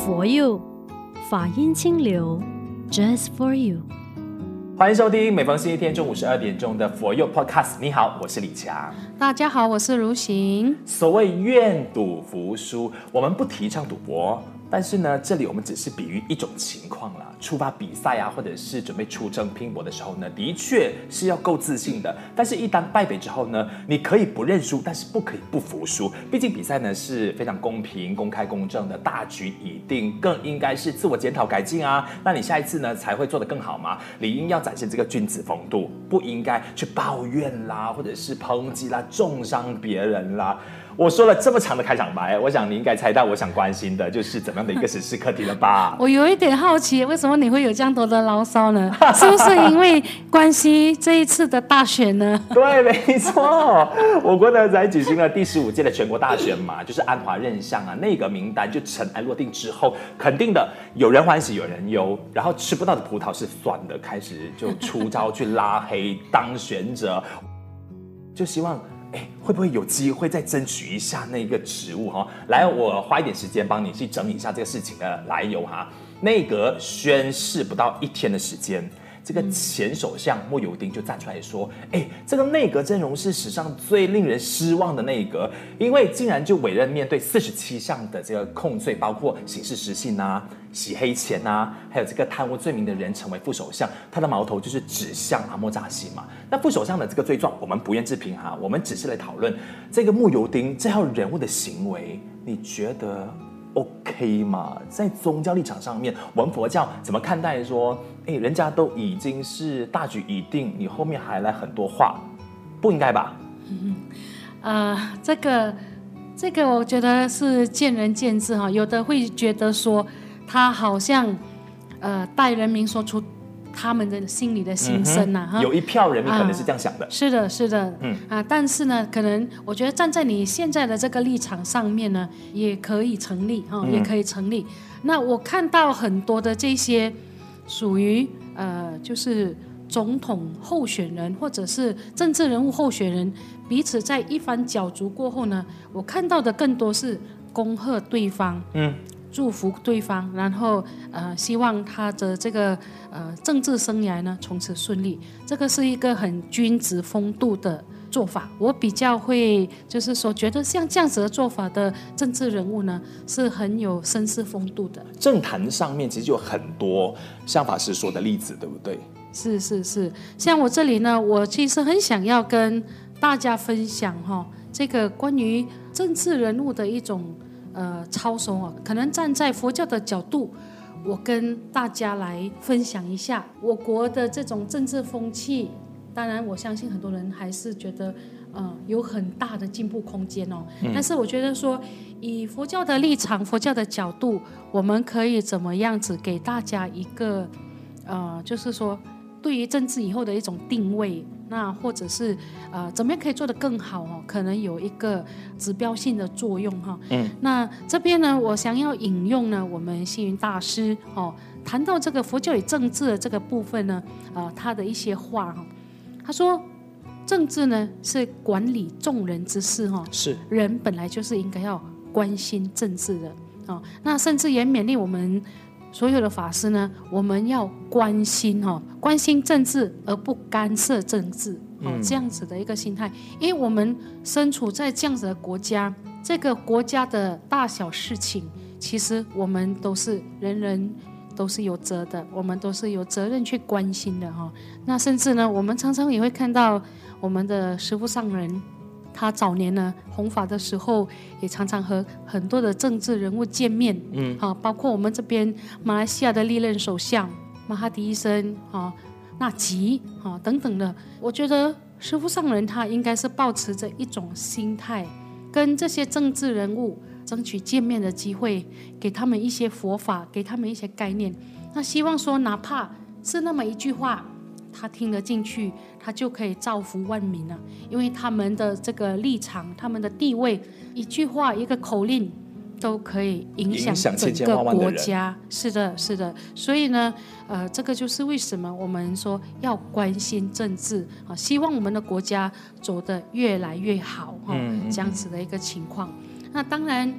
For You， 法音清流 Just for you。 欢迎收听每逢星期天中午12点钟的 For You Podcast。 你好，我是李强。 大家好，我是如行。 所谓愿赌服输，我们不提倡赌博，但是呢，这里我们只是比喻一种情况啦。出发比赛啊，或者是准备出征拼搏的时候呢，的确是要够自信的。但是，一旦败北之后呢，你可以不认输，但是不可以不服输。毕竟比赛呢是非常公平、公开、公正的，大局已定，更应该是自我检讨改进啊。那你下一次呢才会做得更好嘛。理应要展现这个君子风度，不应该去抱怨啦，或者是抨击啦，重伤别人啦。我说了这么长的开场白，我想你应该猜到我想关心的就是怎么样的一个时事课题了吧？ 我有一点好奇，为什么你会有这样多的牢骚呢？是不是因为关系这一次的大选呢？ 对，没错，我国呢在举行了第15届的全国大选嘛，就是安华任相啊，内阁名单就尘埃落定之后，肯定的有人欢喜有人忧，然后吃不到的葡萄是酸的，开始就出招去拉黑当选者，就希望会不会有机会再争取一下那个职务哈？来，我花一点时间帮你去整理一下这个事情的来由哈。内阁宣誓不到1天的时间，这个前首相莫尤丁就站出来说，这个内阁阵容是史上最令人失望的内阁，因为竟然就委任面对47项的这个控罪，包括刑事失信啊、洗黑钱啊，还有这个贪污罪名的人成为副首相，他的矛头就是指向阿莫扎西嘛。那副首相的这个罪状，我们不愿置评哈，我们只是来讨论这个莫尤丁这号人物的行为，你觉得OK 吗？在宗教立场上面，我们佛教怎么看待说，人家都已经是大局已定，你后面还来很多话，不应该吧？ 这个我觉得是见仁见智哈，有的会觉得说他好像代人民说出他们的心里的心声呐， 有一票人民可能是这样想的， 是的，是的，但是呢，可能我觉得站在你现在的这个立场上面呢，也可以成立哈，也可以成立。那我看到很多的这些属于就是总统候选人或者是政治人物候选人彼此在一番角逐过后呢，我看到的更多是恭贺对方，祝福对方，然后希望他的这个政治生涯呢从此顺利。这个是一个很君子风度的做法。我比较会就是说，觉得像这样子的做法的政治人物呢，是很有绅士风度的。 政坛上面其实就有很多像法师说的例子，对不对？ 是，像我这里呢，我其实很想要跟大家分享这个关于政治人物的一种操守可能站在佛教的角度，我跟大家来分享一下我国的这种政治风气。当然我相信很多人还是觉得有很大的进步空间但是我觉得说以佛教的立场、佛教的角度，我们可以怎么样子给大家一个就是说对于政治以后的一种定位，那或者是怎么样可以做得更好可能有一个指标性的作用那这边呢，我想要引用呢我们星云大师谈到这个佛教与政治的这个部分呢他的一些话他说政治呢是管理众人之事是人本来就是应该要关心政治的那甚至也勉励我们所有的法师呢，我们要关心政治而不干涉政治这样子的一个心态。因为我们身处在这样子的国家，这个国家的大小事情，其实我们都是人人都是有责的，我们都是有责任去关心的那甚至呢，我们常常也会看到我们的师父上人，他早年呢弘法的时候，也常常和很多的政治人物见面，包括我们这边马来西亚的历任首相马哈迪医生纳吉等等的。我觉得师父上人他应该是抱持着一种心态，跟这些政治人物争取见面的机会，给他们一些佛法，给他们一些概念。那希望说，哪怕是那么一句话，他听得进去，他就可以造福万民了。因为他们的这个立场，他们的地位，一句话一个口令都可以影响整个国家。是的，是的。所以呢，这个就是为什么我们说要关心政治希望我们的国家走得越来越好这样子的一个情况。那当然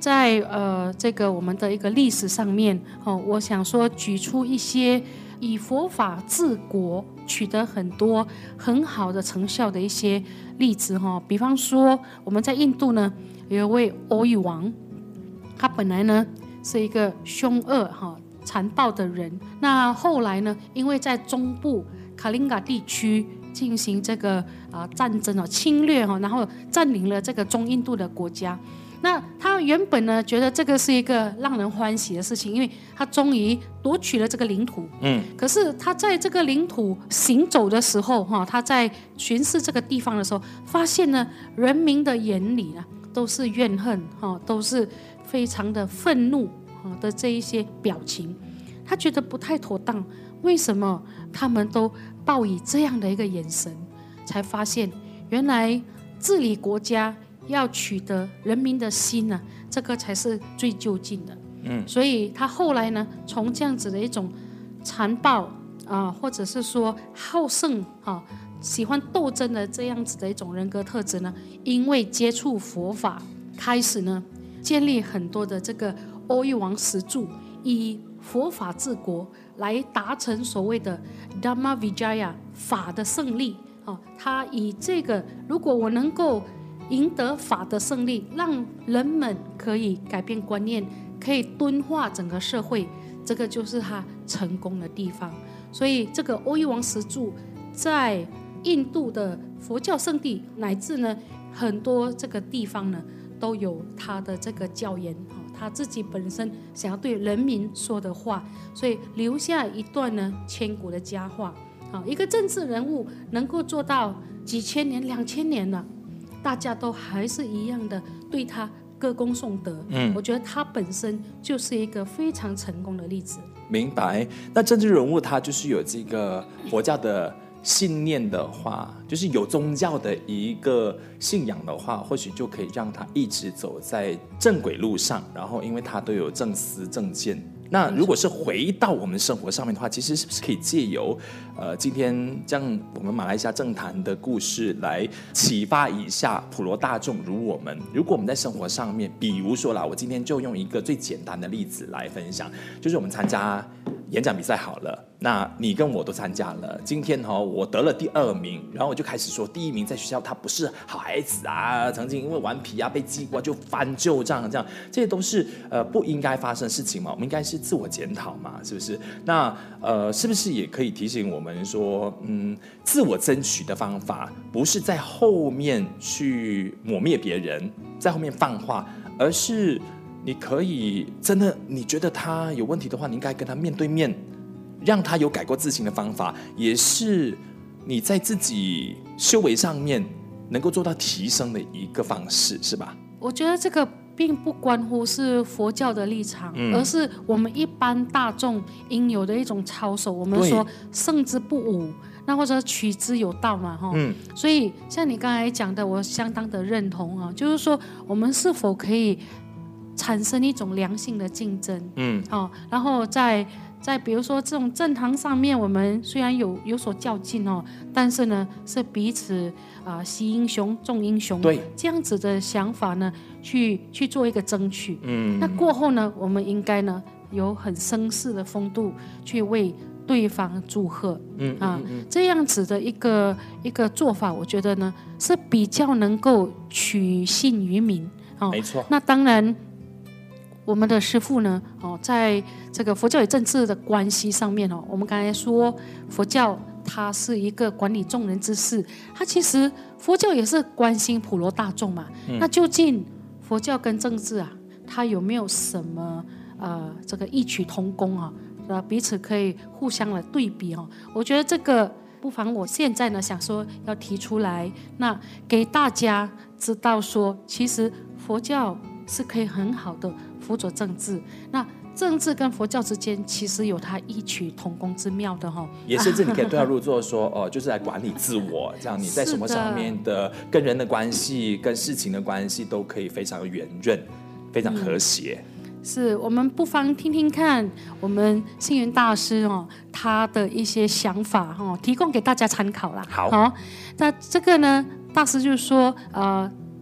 在这个我们的一个历史上面我想说举出一些以佛法治国取得很多很好的成效的一些例子比方说我们在印度呢有一位阿育王，他本来呢是一个凶恶残暴的人，那后来呢因为在中部卡林嘎地区进行这个战争侵略然后占领了这个中印度的国家。那他原本呢觉得这个是一个让人欢喜的事情，因为他终于夺取了这个领土。可是他在这个领土行走的时候他在巡视这个地方的时候，发现呢人民的眼里呢都是怨恨都是非常的愤怒的这一些表情。他觉得不太妥当，为什么他们都报以这样的一个眼神？才发现原来治理国家要取得人民的心呢，这个才是最究竟的。所以他后来呢，从这样子的一种残暴或者是说好胜喜欢斗争的这样子的一种人格特质呢，因为接触佛法，开始呢建立很多的这个阿育王石柱，以佛法治国来达成所谓的 Dhamma Vijaya 法的胜利。他以这个，如果我能够赢得法的胜利，让人们可以改变观念，可以敦化整个社会，这个就是他成功的地方。所以这个阿育王石柱在印度的佛教圣地，乃至呢很多这个地方呢，都有他的这个教言，他自己本身想要对人民说的话，所以留下一段呢千古的佳话。一个政治人物能够做到几千年、2000年了，大家都还是一样的对他歌功颂德。我觉得他本身就是一个非常成功的例子。 明白。那政治人物他就是有这个佛教的信念的话，就是有宗教的一个信仰的话，或许就可以让他一直走在正轨路上，然后因为他都有正思正见。那如果是回到我们生活上面的话，其实是不是可以借由今天这样我们马来西亚政坛的故事来启发一下普罗大众，如我们，如果我们在生活上面，比如说啦，我今天就用一个最简单的例子来分享，就是我们参加演讲比赛好了，那你跟我都参加了，今天我得了第2名，然后我就开始说第1名在学校他不是好孩子啊，曾经因为顽皮啊被记过就翻旧账，这些都是不应该发生的事情嘛，我们应该是自我检讨嘛，是不是？那是不是也可以提醒我们说，自我争取的方法不是在后面去抹灭别人，在后面放话，而是你可以真的你觉得他有问题的话，你应该跟他面对面，让他有改过自新的方法，也是你在自己修为上面能够做到提升的一个方式，是吧？ 我觉得这个并不关乎是佛教的立场，而是我们一般大众应有的一种操守。我们说胜之不武，那或者取之有道嘛，所以像你刚才讲的，我相当的认同就是说我们是否可以产生一种良性的竞争，然后在比如说这种政坛上面，我们虽然有所较劲但是呢是彼此惜英雄重英雄，对这样子的想法呢去做一个争取。那过后呢，我们应该呢有很绅士的风度去为对方祝贺，这样子的一个做法，我觉得呢是比较能够取信于民。 没错。 那当然我们的师父呢在这个佛教与政治的关系上面我们刚才说佛教它是一个管理众人之事，它其实佛教也是关心普罗大众嘛。那究竟佛教跟政治它有没有什么这个异曲同工彼此可以互相的对比我觉得这个不妨我现在呢想说要提出来，那给大家知道说，其实佛教是可以很好的辅佐政治，那政治跟佛教之间其实有它异曲同工之妙的也甚至你可以对号入座说就是来管理自我，这样你在什么上面的跟人的关系跟事情的关系都可以非常圆润，非常和谐。 是，我们不妨听听看我们星云大师他的一些想法提供给大家参考啦。 好， 那这个呢，大师就是说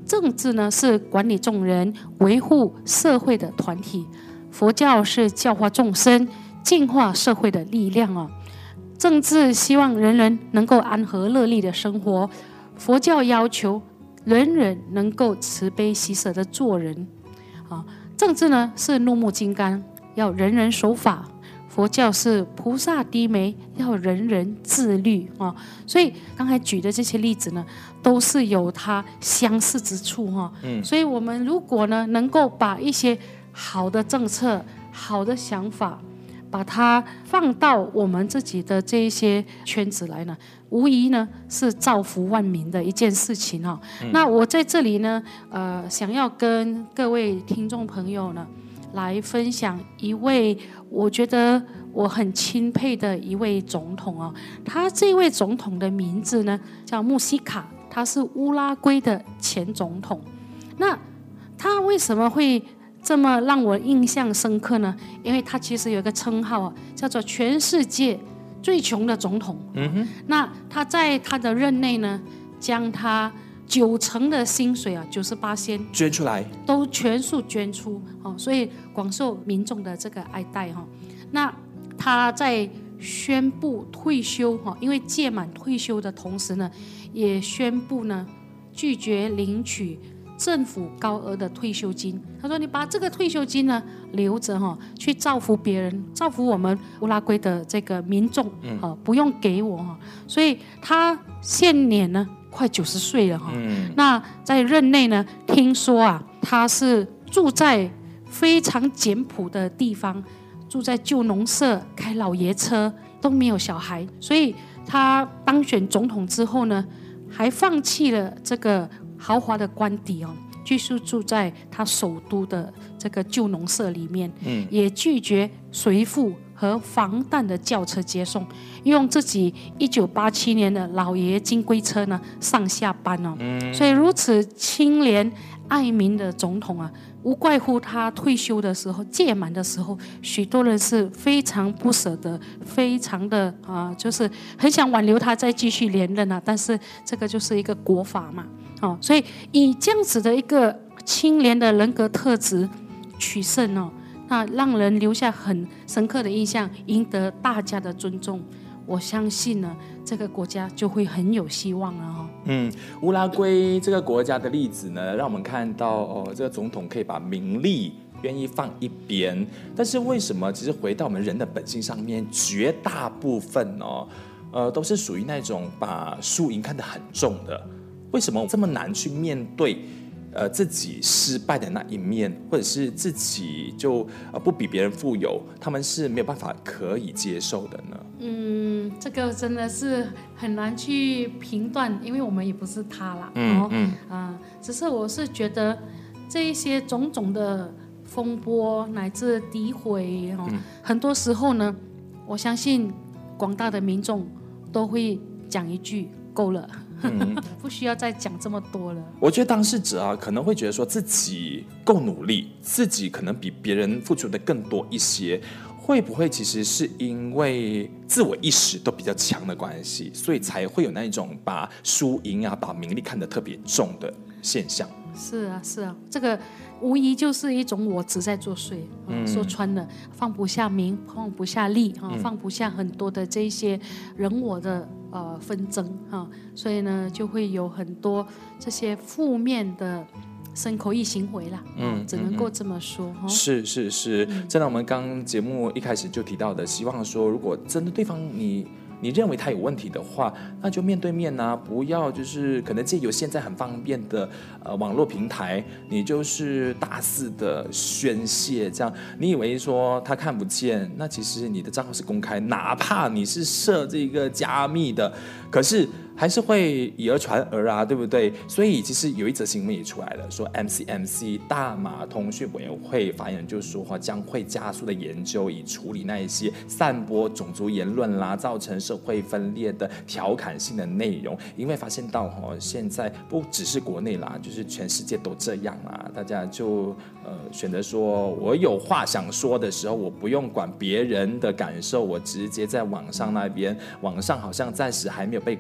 政治呢是管理众人、维护社会的团体，佛教是教化众生、净化社会的力量啊。政治希望人人能够安和乐利的生活，佛教要求人人能够慈悲喜舍的做人啊。政治呢是怒目金刚，要人人守法。佛教是菩萨低眉，要人人自律啊。所以刚才举的这些例子呢，都是有它相似之处哈。所以我们如果呢能够把一些好的政策、好的想法，把它放到我们自己的这一些圈子来呢，无疑呢是造福万民的一件事情哈。那我在这里呢，想要跟各位听众朋友呢，来分享一位我觉得我很钦佩的一位总统啊。他这位总统的名字呢叫穆希卡，他是乌拉圭的前总统。那他为什么会这么让我印象深刻呢？因为他其实有一个称号啊，叫做全世界最穷的总统。那他在他的任内呢，将他90%的薪水啊，98% 捐出来， 都全数捐出哦，所以广受民众的这个爱戴哈。那他在宣布退休哈，因为届满退休的同时呢，也宣布呢拒绝领取政府高额的退休金。他说：“你把这个退休金呢留着哈，去造福别人，造福我们乌拉圭的这个民众，不用给我哈。”所以他现年呢快90岁了哈。那在任内呢，听说啊，他是住在非常简朴的地方，住在旧农舍，开老爷车，都没有小孩。所以他当选总统之后呢，还放弃了这个豪华的官邸哦，继续住在他首都的这个旧农舍里面，也拒绝随父和防弹的轿车接送，用自己1987年的老爷金龟车呢上下班哦。所以如此清廉爱民的总统啊，无怪乎他退休的时候、届满的时候，许多人是非常不舍得，非常的就是很想挽留他再继续连任啊。但是这个就是一个国法嘛，所以以这样子的一个清廉的人格特质取胜哦，那让人留下很深刻的印象，赢得大家的尊重。我相信呢，这个国家就会很有希望了哈。 乌拉圭这个国家的例子呢，让我们看到这个总统可以把名利愿意放一边，但是为什么其实回到我们人的本性上面，绝大部分都是属于那种把输赢看得很重的？为什么这么难去面对自己失败的那一面，或者是自己就不比别人富有，他们是没有办法可以接受的呢？ 这个真的是很难去评断，因为我们也不是他啦。只是我是觉得这一些种种的风波乃至诋毁很多时候呢，我相信广大的民众都会讲一句够了。不需要再讲这么多了。 我觉得当事者可能会觉得说自己够努力，自己可能比别人付出的更多一些，会不会其实是因为自我意识都比较强的关系，所以才会有那一种把输赢把名利看得特别重的现象？是啊，这个无疑就是一种我执在作祟。说穿了，放不下名，放不下利，放不下很多的这些人我的纷争所以呢，就会有很多这些负面的身口意行为啦。只能够这么说。 是，真的，我们刚节目一开始就提到的，希望说如果真的对方你认为他有问题的话，那就面对面不要就是可能借由现在很方便的网络平台，你就是大肆的宣泄，这样你以为说他看不见，那其实你的账号是公开，哪怕你是设这个加密的，可是还是会以讹传讹对不对？所以其实有一则新闻也出来了，说 MCMC 大马通讯委员会发言人就说将会加速的研究，以处理那一些散播种族言论造成社会分裂的调侃性的内容。因为发现到现在不只是国内啦，就是全世界都这样大家就选择说我有话想说的时候，我不用管别人的感受，我直接在网上那边，网上好像暂时还没有被管制的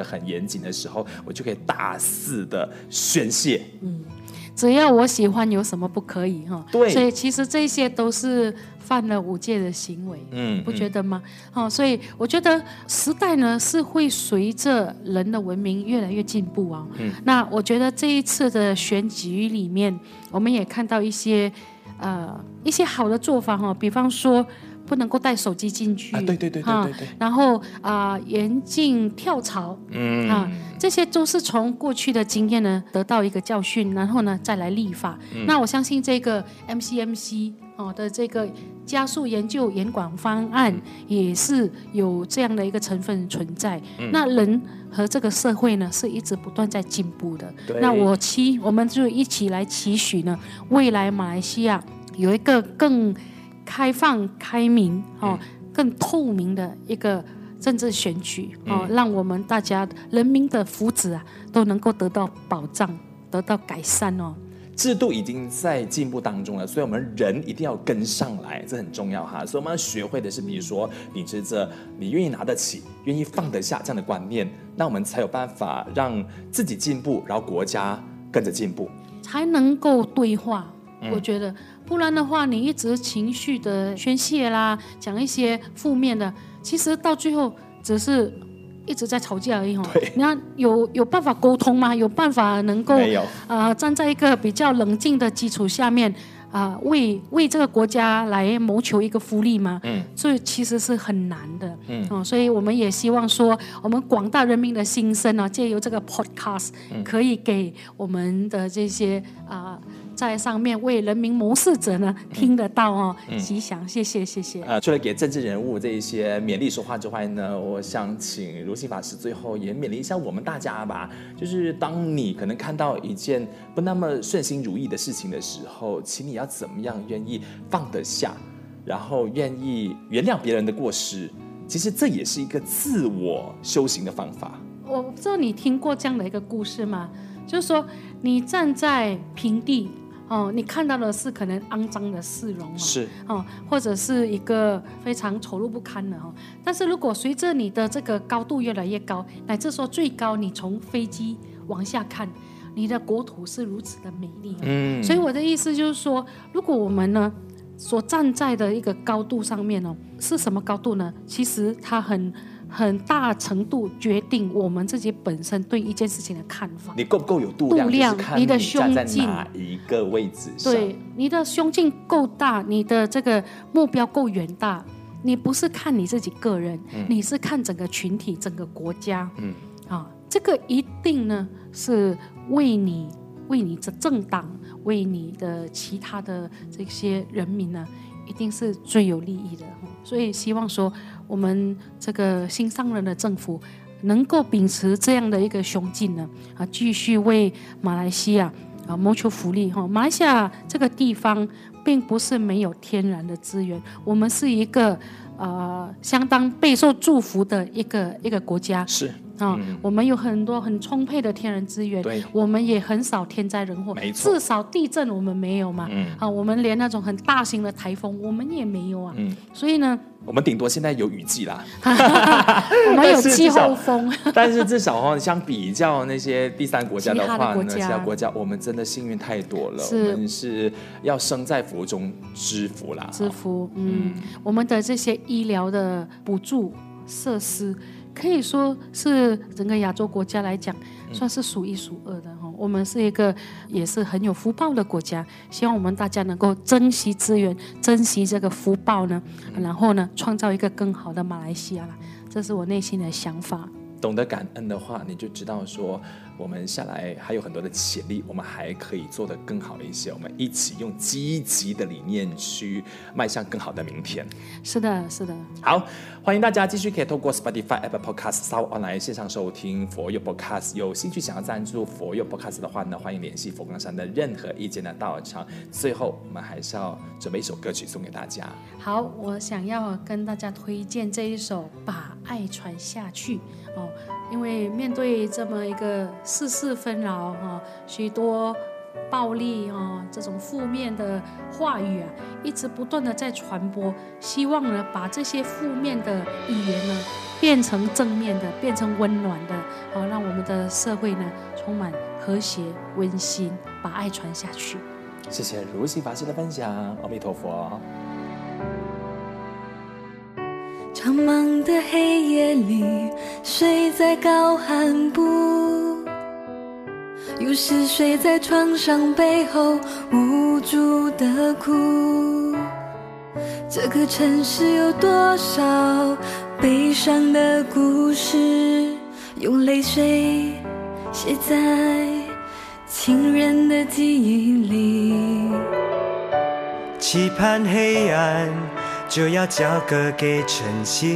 得很严谨的时候，我就可以大肆的宣泄。 只要我喜欢，有什么不可以哈？ 对， 所以其实这些都是犯了5戒的行为，不觉得吗？所以我觉得时代呢是会随着人的文明越来越进步啊。那我觉得这一次的选举里面，我们也看到一些好的做法哈，比方说不能够带手机进去， 对， 然后严禁跳槽，这些都是从过去的经验呢得到一个教训，然后呢再来立法。那我相信这个 MCMC 的这个加速研究严管方案也是有这样的一个成分存在。那人和这个社会呢是一直不断在进步的。那我们就一起来期许呢，未来马来西亚有一个更开放、开明、更透明的一个政治选举，让我们大家人民的福祉都能够得到保障、得到改善哦。 制度已经在进步当中了，所以我们人一定要跟上来，这很重要哈。所以我们要学会的是，比如说秉持着你愿意拿得起、愿意放得下这样的观念，那我们才有办法让自己进步，然后国家跟着进步， 才能够对话。我觉得，不然的话，你一直情绪的宣泄啦，讲一些负面的，其实到最后只是一直在吵架而已。你看有办法沟通吗？有办法能够站在一个比较冷静的基础下面为这个国家来谋求一个福利吗？所以其实是很难的。所以我们也希望说，我们广大人民的心声借由这个 podcast，可以给我们的这些在上面为人民谋事者呢听得到吉祥，谢谢。 除了给政治人物这一些勉励说话之外呢，我想请如心法师最后也勉励一下我们大家吧。就是当你可能看到一件不那么顺心如意的事情的时候，请你要怎么样愿意放得下，然后愿意原谅别人的过失。其实这也是一个自我修行的方法。 我不知道你听过这样的一个故事吗？就是说你站在平地你看到的是可能肮脏的市容是或者是一个非常丑陋不堪的但是如果随着你的这个高度越来越高，乃至说最高，你从飞机往下看，你的国土是如此的美丽所以我的意思就是说，如果我们呢所站在的一个高度上面是什么高度呢？其实它很大程度决定我们自己本身对一件事情的看法。 你够不够有度量，就是看你站在哪一个位置上。 对，你的胸襟够大，你的这个目标够远大，你不是看你自己个人，你是看整个群体、整个国家。这个一定呢是为你的政党、为你的其他的这些人民呢，一定是最有利益的。所以希望说，我们这个新上任的政府能够秉持这样的一个胸襟呢，继续为马来西亚谋求福利。马来西亚这个地方并不是没有天然的资源，我们是一个相当备受祝福的一个国家。 是我们有很多很充沛的天然资源，我们也很少天灾人祸，至少地震我们没有嘛。我们连那种很大型的台风我们也没有啊。所以呢， 我们顶多现在有雨季啦， 我们有季候风。 但是至少相比较那些第三国家的话呢，其他国家我们真的幸运太多了。我们是要生在福中知福啦， 知福。我们的这些医疗的补助设施，可以说是整个亚洲国家来讲，算是数一数二的。我们是一个也是很有福报的国家，希望我们大家能够珍惜资源，珍惜这个福报呢，然后呢，创造一个更好的马来西亚啦。这是我内心的想法。 懂得感恩的话，你就知道说我们下来还有很多的潜力，我们还可以做得更好的一些，我们一起用积极的理念去迈向更好的明天。 是的。 好，欢迎大家继续可以透过 Spotify、Apple Podcast、Sound On 来线上收听佛佑 Podcast。有兴趣想要赞助佛佑 Podcast 的话呢，欢迎联系佛光山的任何一间的道场。最后，我们还是要准备一首歌曲送给大家。 好，我想要跟大家推荐这一首《把爱传下去》因为面对这么一个世事纷扰许多暴力这种负面的话语啊，一直不断的在传播，希望呢把这些负面的语言呢变成正面的，变成温暖的，让我们的社会呢充满和谐温馨，把爱传下去。 谢谢如行法师的分享，阿弥陀佛。 苍茫的黑夜里，睡在高寒部，有时睡在床上背后无助的哭。这个城市有多少悲伤的故事，用泪水写在情人的记忆里。 期盼黑暗就要交割给晨曦，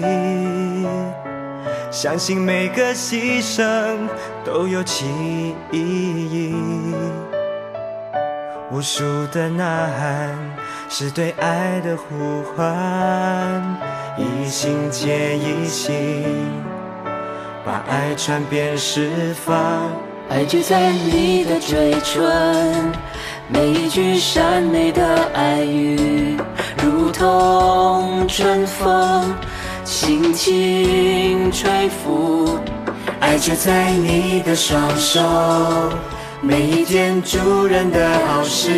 相信每个牺牲都有其意义。无数的呐喊是对爱的呼唤，一心接一心，把爱传遍十方。 爱就在你的嘴唇，每一句善美的爱语，如同春风轻轻吹拂。爱就在你的双手，每一件助人的好事，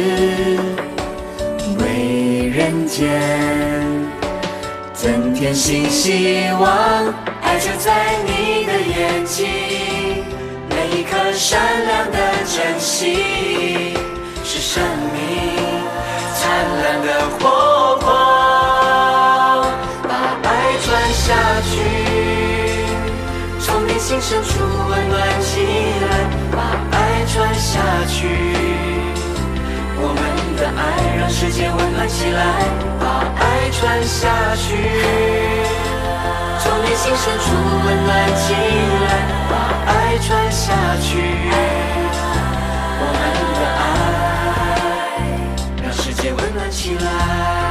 为人间增添新希望。爱就在你的眼睛，每一颗善良的真心，是生命灿烂的火光，把爱传下去，从内心深处温暖起来，把爱传下去，我们的爱让世界温暖起来，把爱传下去，从内心深处温暖起来，把爱传下去，我们的爱让世界温暖起来。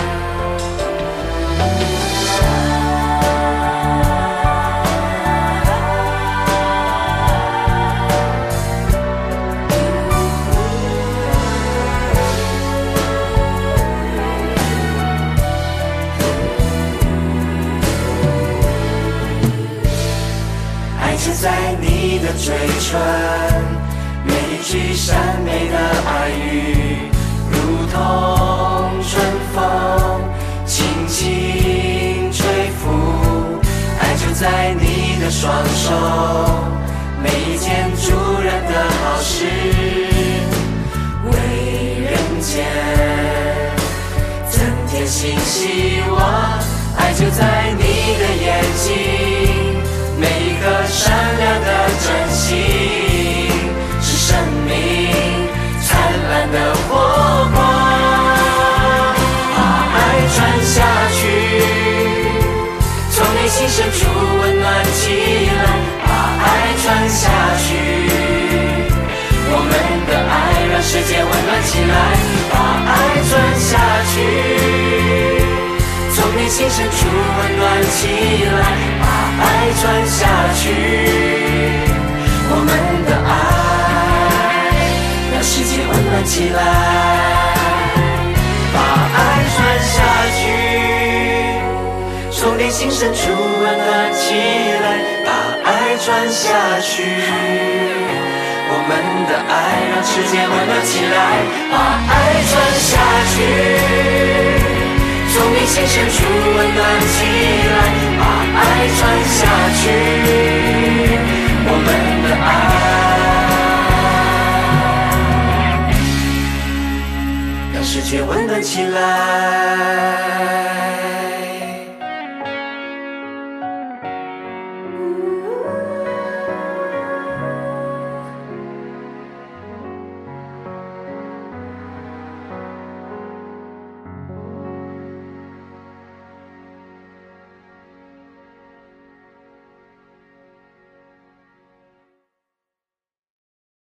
就在你的嘴唇，每一句善美的爱语，如同春风轻轻吹拂。爱就在你的双手，每一件助人的好事，为人间增添新希望。爱就在你的眼睛，每一颗善良的真心，是生命灿烂的火光，把爱传下去，从内心深处温暖起来，把爱传下去，我们的爱让世界温暖起来，把爱传下去，从内心深处温暖起来，把爱传下去，我们的爱让世界温暖起来，把爱传下去，从内心深处温暖起来，把爱传下去，我们的爱让世界温暖起来，把爱传下去，从内心深处温暖起来，把爱传下去，我们的爱让世界温暖起来。